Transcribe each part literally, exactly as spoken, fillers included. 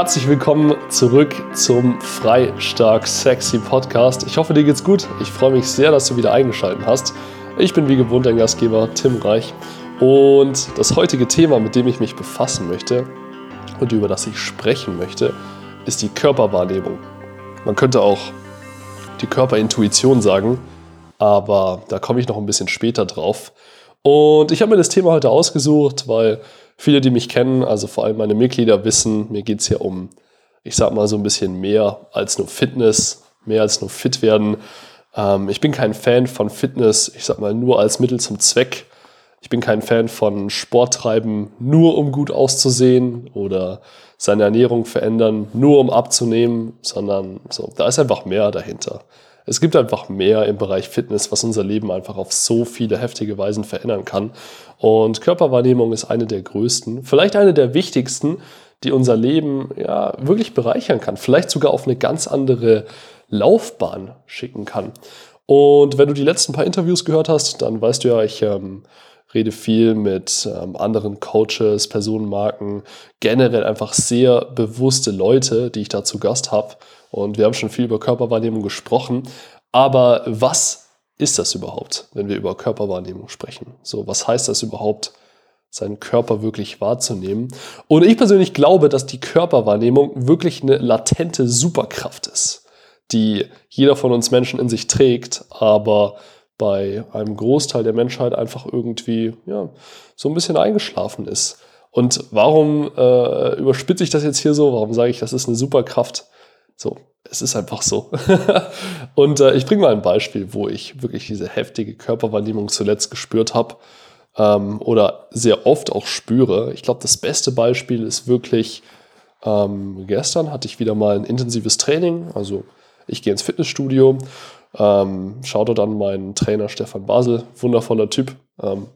Herzlich willkommen zurück zum Frei, Stark, Sexy Podcast. Ich hoffe, dir geht's gut. Ich freue mich sehr, dass du wieder eingeschaltet hast. Ich bin wie gewohnt dein Gastgeber Tim Reich und das heutige Thema, mit dem ich mich befassen möchte und über das ich sprechen möchte, ist die Körperwahrnehmung. Man könnte auch die Körperintuition sagen, aber da komme ich noch ein bisschen später drauf. Und ich habe mir das Thema heute ausgesucht, weil viele, die mich kennen, also vor allem meine Mitglieder, wissen, mir geht es hier um, ich sag mal so ein bisschen mehr als nur Fitness, mehr als nur fit werden. Ähm, ich bin kein Fan von Fitness, ich sag mal nur als Mittel zum Zweck. Ich bin kein Fan von Sport treiben, nur um gut auszusehen oder seine Ernährung verändern, nur um abzunehmen, sondern so, da ist einfach mehr dahinter. Es gibt einfach mehr im Bereich Fitness, was unser Leben einfach auf so viele heftige Weisen verändern kann. Und Körperwahrnehmung ist eine der größten, vielleicht eine der wichtigsten, die unser Leben ja wirklich bereichern kann. Vielleicht sogar auf eine ganz andere Laufbahn schicken kann. Und wenn du die letzten paar Interviews gehört hast, dann weißt du ja, ich ähm, rede viel mit ähm, anderen Coaches, Personenmarken, generell einfach sehr bewusste Leute, die ich da zu Gast habe. Und wir haben schon viel über Körperwahrnehmung gesprochen. Aber was ist das überhaupt, wenn wir über Körperwahrnehmung sprechen? So, was heißt das überhaupt, seinen Körper wirklich wahrzunehmen? Und ich persönlich glaube, dass die Körperwahrnehmung wirklich eine latente Superkraft ist, die jeder von uns Menschen in sich trägt, aber bei einem Großteil der Menschheit einfach irgendwie ja, so ein bisschen eingeschlafen ist. Und warum äh, überspitze ich das jetzt hier so? Warum sage ich, das ist eine Superkraft? So, es ist einfach so. Und äh, ich bringe mal ein Beispiel, wo ich wirklich diese heftige Körperwahrnehmung zuletzt gespürt habe ähm, oder sehr oft auch spüre. Ich glaube, das beste Beispiel ist wirklich, ähm, gestern hatte ich wieder mal ein intensives Training. Also ich gehe ins Fitnessstudio, ähm, schaue dort an meinen Trainer Stefan Basel, wundervoller Typ. Ähm,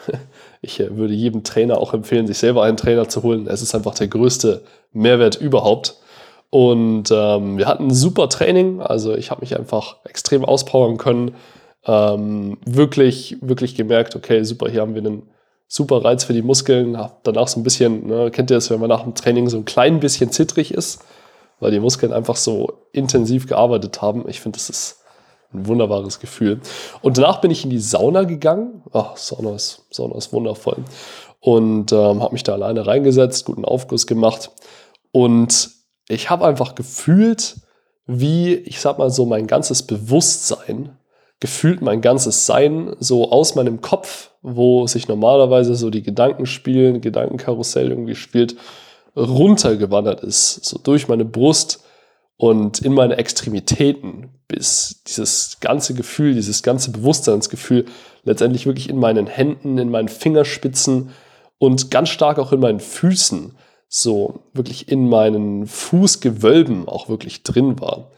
ich äh, würde jedem Trainer auch empfehlen, sich selber einen Trainer zu holen. Es ist einfach der größte Mehrwert überhaupt. Und ähm, wir hatten ein super Training, also ich habe mich einfach extrem auspowern können, ähm, wirklich, wirklich gemerkt, okay, super, hier haben wir einen super Reiz für die Muskeln, hab danach so ein bisschen, ne, kennt ihr das, wenn man nach dem Training so ein klein bisschen zittrig ist, weil die Muskeln einfach so intensiv gearbeitet haben. Ich finde, das ist ein wunderbares Gefühl. Und danach bin ich in die Sauna gegangen, ach, Sauna ist, Sauna ist wundervoll, und ähm, habe mich da alleine reingesetzt, guten Aufguss gemacht und ich habe einfach gefühlt, wie, ich sag mal so, mein ganzes Bewusstsein, gefühlt mein ganzes Sein so aus meinem Kopf, wo sich normalerweise so die Gedanken spielen, Gedankenkarussell irgendwie spielt, runtergewandert ist, so durch meine Brust und in meine Extremitäten, bis dieses ganze Gefühl, dieses ganze Bewusstseinsgefühl letztendlich wirklich in meinen Händen, in meinen Fingerspitzen und ganz stark auch in meinen Füßen, so wirklich in meinen Fußgewölben auch wirklich drin war.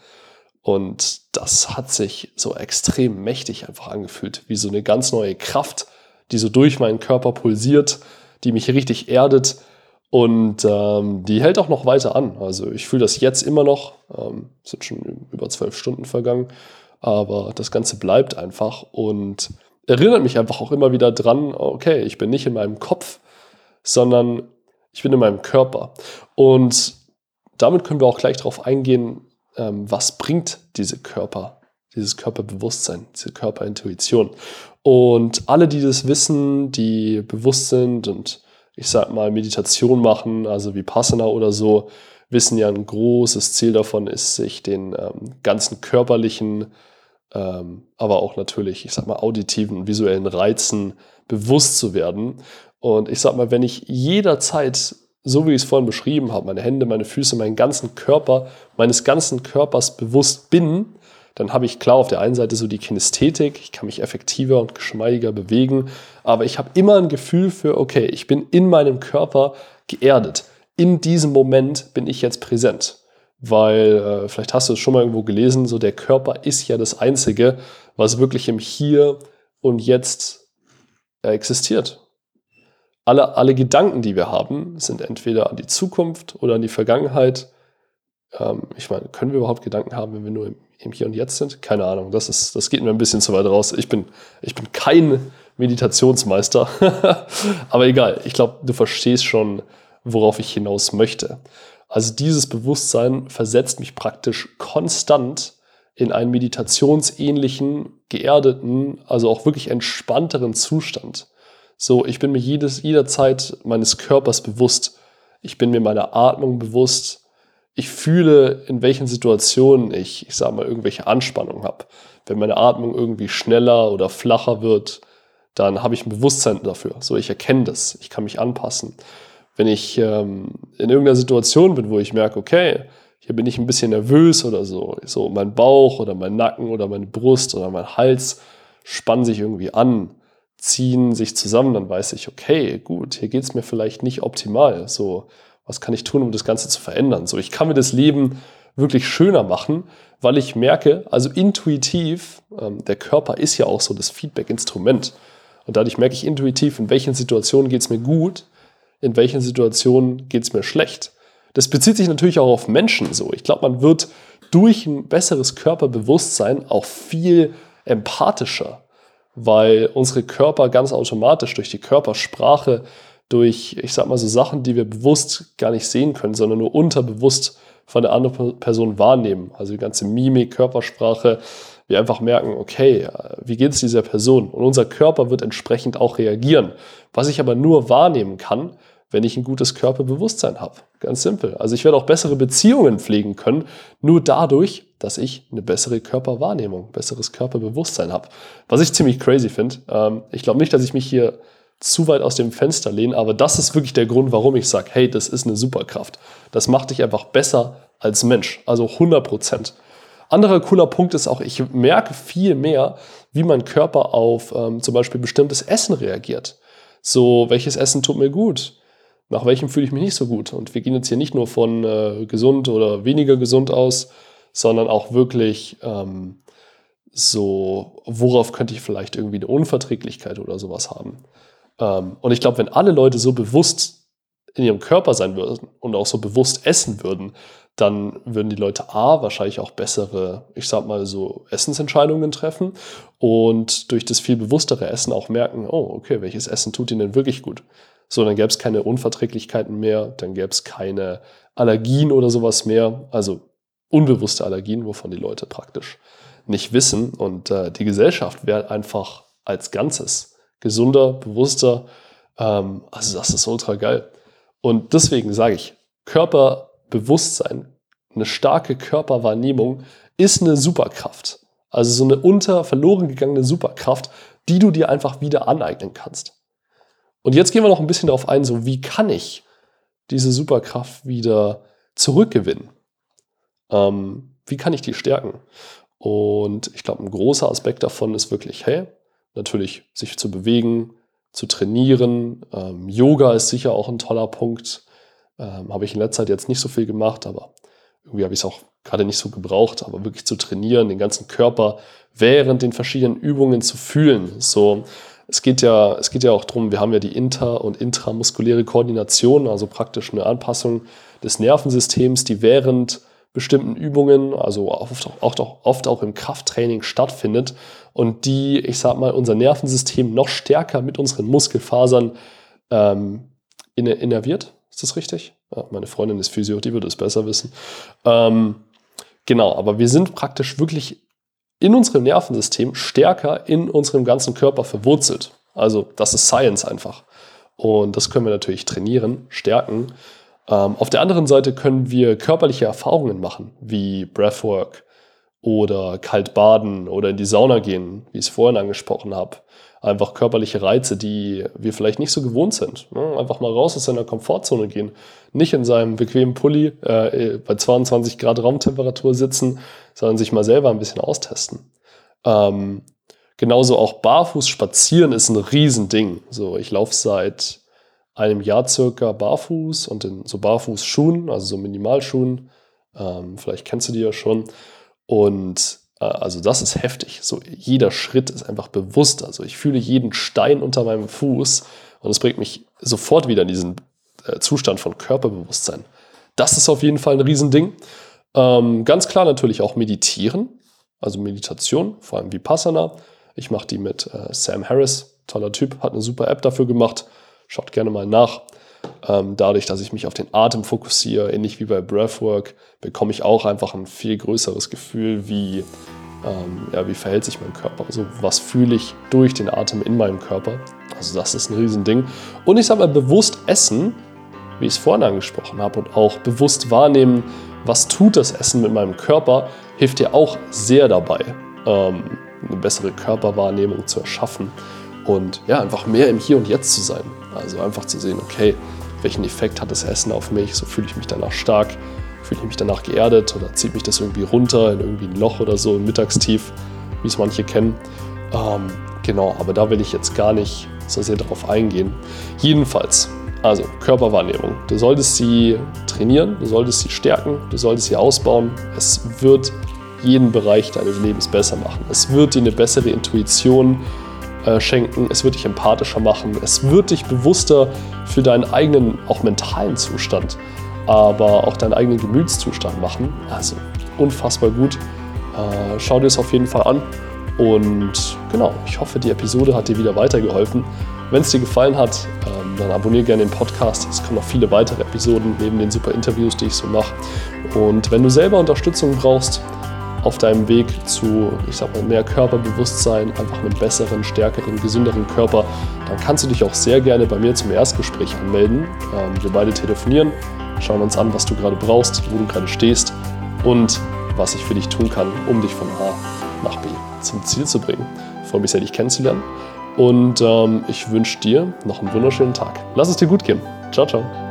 Und das hat sich so extrem mächtig einfach angefühlt, wie so eine ganz neue Kraft, die so durch meinen Körper pulsiert, die mich richtig erdet und ähm, die hält auch noch weiter an. Also ich fühle das jetzt immer noch, ähm, sind schon über zwölf Stunden vergangen, aber das Ganze bleibt einfach und erinnert mich einfach auch immer wieder dran, okay, ich bin nicht in meinem Kopf, sondern ich bin in meinem Körper. Und damit können wir auch gleich darauf eingehen, ähm, was bringt diese Körper, dieses Körperbewusstsein, diese Körperintuition. Und alle, die das wissen, die bewusst sind und ich sag mal Meditation machen, also Vipassana oder so, wissen ja, ein großes Ziel davon ist, sich den ähm, ganzen körperlichen, ähm, aber auch natürlich, ich sag mal, auditiven, visuellen Reizen bewusst zu werden. Und ich sag mal, wenn ich jederzeit, so wie ich es vorhin beschrieben habe, meine Hände, meine Füße, meinen ganzen Körper, meines ganzen Körpers bewusst bin, dann habe ich klar auf der einen Seite so die Kinästhetik, ich kann mich effektiver und geschmeidiger bewegen, aber ich habe immer ein Gefühl für, okay, ich bin in meinem Körper geerdet. In diesem Moment bin ich jetzt präsent. Weil, äh, vielleicht hast du es schon mal irgendwo gelesen, so der Körper ist ja das Einzige, was wirklich im Hier und Jetzt äh, existiert. Alle, alle Gedanken, die wir haben, sind entweder an die Zukunft oder an die Vergangenheit. Ähm, ich meine, können wir überhaupt Gedanken haben, wenn wir nur im, im Hier und Jetzt sind? Keine Ahnung, das, ist, das geht mir ein bisschen zu weit raus. Ich bin, ich bin kein Meditationsmeister, aber egal. Ich glaube, du verstehst schon, worauf ich hinaus möchte. Also dieses Bewusstsein versetzt mich praktisch konstant in einen meditationsähnlichen, geerdeten, also auch wirklich entspannteren Zustand. So, ich bin mir jedes, jederzeit meines Körpers bewusst. Ich bin mir meiner Atmung bewusst. Ich fühle, in welchen Situationen ich, ich sage mal, irgendwelche Anspannung habe. Wenn meine Atmung irgendwie schneller oder flacher wird, dann habe ich ein Bewusstsein dafür. So, ich erkenne das. Ich kann mich anpassen. Wenn ich ähm, in irgendeiner Situation bin, wo ich merke, okay, hier bin ich ein bisschen nervös oder so, so mein Bauch oder mein Nacken oder meine Brust oder mein Hals spannen sich irgendwie an, ziehen sich zusammen, dann weiß ich, okay, gut, hier geht es mir vielleicht nicht optimal. So, was kann ich tun, um das Ganze zu verändern? So, ich kann mir das Leben wirklich schöner machen, weil ich merke, also intuitiv, ähm, der Körper ist ja auch so das Feedback-Instrument. Und dadurch merke ich intuitiv, in welchen Situationen geht es mir gut, in welchen Situationen geht es mir schlecht. Das bezieht sich natürlich auch auf Menschen so. Ich glaube, man wird durch ein besseres Körperbewusstsein auch viel empathischer, weil unsere Körper ganz automatisch durch die Körpersprache, durch, ich sag mal so Sachen, die wir bewusst gar nicht sehen können, sondern nur unterbewusst von der anderen Person wahrnehmen. Also die ganze Mimik, Körpersprache, wir einfach merken, okay, wie geht es dieser Person? Und unser Körper wird entsprechend auch reagieren. Was ich aber nur wahrnehmen kann, wenn ich ein gutes Körperbewusstsein habe. Ganz simpel. Also ich werde auch bessere Beziehungen pflegen können, nur dadurch, dass ich eine bessere Körperwahrnehmung, besseres Körperbewusstsein habe. Was ich ziemlich crazy finde. Ähm, ich glaube nicht, dass ich mich hier zu weit aus dem Fenster lehne, aber das ist wirklich der Grund, warum ich sage, hey, das ist eine Superkraft. Das macht dich einfach besser als Mensch. Also hundert Prozent. Anderer cooler Punkt ist auch, ich merke viel mehr, wie mein Körper auf ähm, zum Beispiel bestimmtes Essen reagiert. So, welches Essen tut mir gut? Nach welchem fühle ich mich nicht so gut? Und wir gehen jetzt hier nicht nur von äh, gesund oder weniger gesund aus, sondern auch wirklich ähm, so, worauf könnte ich vielleicht irgendwie eine Unverträglichkeit oder sowas haben. Ähm, und ich glaube, wenn alle Leute so bewusst in ihrem Körper sein würden und auch so bewusst essen würden, dann würden die Leute A, wahrscheinlich auch bessere, ich sag mal so, Essensentscheidungen treffen und durch das viel bewusstere Essen auch merken, oh, okay, welches Essen tut ihnen denn wirklich gut? So, dann gäbe es keine Unverträglichkeiten mehr, dann gäbe es keine Allergien oder sowas mehr, also unbewusste Allergien, wovon die Leute praktisch nicht wissen. Und äh, die Gesellschaft wäre einfach als Ganzes gesunder, bewusster, ähm, also das ist ultra geil. Und deswegen sage ich, Körperbewusstsein, eine starke Körperwahrnehmung ist eine Superkraft. Also so eine unter verloren gegangene Superkraft, die du dir einfach wieder aneignen kannst. Und jetzt gehen wir noch ein bisschen darauf ein, so wie kann ich diese Superkraft wieder zurückgewinnen? Ähm, wie kann ich die stärken? Und ich glaube, ein großer Aspekt davon ist wirklich, hey, natürlich sich zu bewegen, zu trainieren. Ähm, Yoga ist sicher auch ein toller Punkt. Ähm, habe ich in letzter Zeit jetzt nicht so viel gemacht, aber irgendwie habe ich es auch gerade nicht so gebraucht, aber wirklich zu trainieren, den ganzen Körper während den verschiedenen Übungen zu fühlen. So, es geht ja, es geht ja auch darum, wir haben ja die inter- und intramuskuläre Koordination, also praktisch eine Anpassung des Nervensystems, die während bestimmten Übungen, also oft, oft, auch, oft auch im Krafttraining stattfindet und die, ich sag mal, unser Nervensystem noch stärker mit unseren Muskelfasern ähm, innerviert. Ist das richtig? Ja, meine Freundin ist Physio, die würde es besser wissen. Ähm, genau, aber wir sind praktisch wirklich in unserem Nervensystem stärker in unserem ganzen Körper verwurzelt. Also das ist Science einfach. Und das können wir natürlich trainieren, stärken. Ähm, auf der anderen Seite können wir körperliche Erfahrungen machen, wie Breathwork oder kalt baden oder in die Sauna gehen, wie ich es vorhin angesprochen habe. Einfach körperliche Reize, die wir vielleicht nicht so gewohnt sind. Einfach mal raus aus seiner Komfortzone gehen. Nicht in seinem bequemen Pulli äh, bei zweiundzwanzig Grad Raumtemperatur sitzen, sondern sich mal selber ein bisschen austesten. Ähm, genauso auch barfuß spazieren ist ein Riesending. So, ich laufe seit einem Jahr circa barfuß und in so Barfußschuhen, also so Minimalschuhen. Ähm, vielleicht kennst du die ja schon. Und äh, also das ist heftig. So, jeder Schritt ist einfach bewusst. Also ich fühle jeden Stein unter meinem Fuß und es bringt mich sofort wieder in diesen äh, Zustand von Körperbewusstsein. Das ist auf jeden Fall ein Riesending. Ähm, ganz klar natürlich auch meditieren, also Meditation, vor allem Vipassana. Ich mache die mit äh, Sam Harris, toller Typ, hat eine super App dafür gemacht. Schaut gerne mal nach. Ähm, dadurch, dass ich mich auf den Atem fokussiere, ähnlich wie bei Breathwork, bekomme ich auch einfach ein viel größeres Gefühl, wie, ähm, ja, wie verhält sich mein Körper. Also was fühle ich durch den Atem in meinem Körper. Also das ist ein Riesending. Und ich sage mal, bewusst essen, wie ich es vorhin angesprochen habe, und auch bewusst wahrnehmen, was tut das Essen mit meinem Körper, hilft dir auch sehr dabei, ähm, eine bessere Körperwahrnehmung zu erschaffen und ja, einfach mehr im Hier und Jetzt zu sein. Also einfach zu sehen, okay, welchen Effekt hat das Essen auf mich, so fühle ich mich danach stark, fühle ich mich danach geerdet oder zieht mich das irgendwie runter in irgendwie ein Loch oder so, ein Mittagstief, wie es manche kennen. Ähm, genau, aber da will ich jetzt gar nicht so sehr darauf eingehen. Jedenfalls, also Körperwahrnehmung. Du solltest sie trainieren, du solltest sie stärken, du solltest sie ausbauen. Es wird jeden Bereich deines Lebens besser machen. Es wird dir eine bessere Intuition äh, schenken, es wird dich empathischer machen, es wird dich bewusster für deinen eigenen, auch mentalen Zustand, aber auch deinen eigenen Gemütszustand machen. Also unfassbar gut. Äh, schau dir es auf jeden Fall an. Und genau, ich hoffe, die Episode hat dir wieder weitergeholfen. Wenn es dir gefallen hat, ähm, dann abonniere gerne den Podcast. Es kommen noch viele weitere Episoden neben den super Interviews, die ich so mache. Und wenn du selber Unterstützung brauchst auf deinem Weg zu, ich sag mal, mehr Körperbewusstsein, einfach einem besseren, stärkeren, gesünderen Körper, dann kannst du dich auch sehr gerne bei mir zum Erstgespräch anmelden. Ähm, wir beide telefonieren, schauen uns an, was du gerade brauchst, wo du gerade stehst und was ich für dich tun kann, um dich von A nach B zum Ziel zu bringen. Ich freue mich sehr, dich kennenzulernen und ähm, ich wünsche dir noch einen wunderschönen Tag. Lass es dir gut gehen. Ciao, ciao.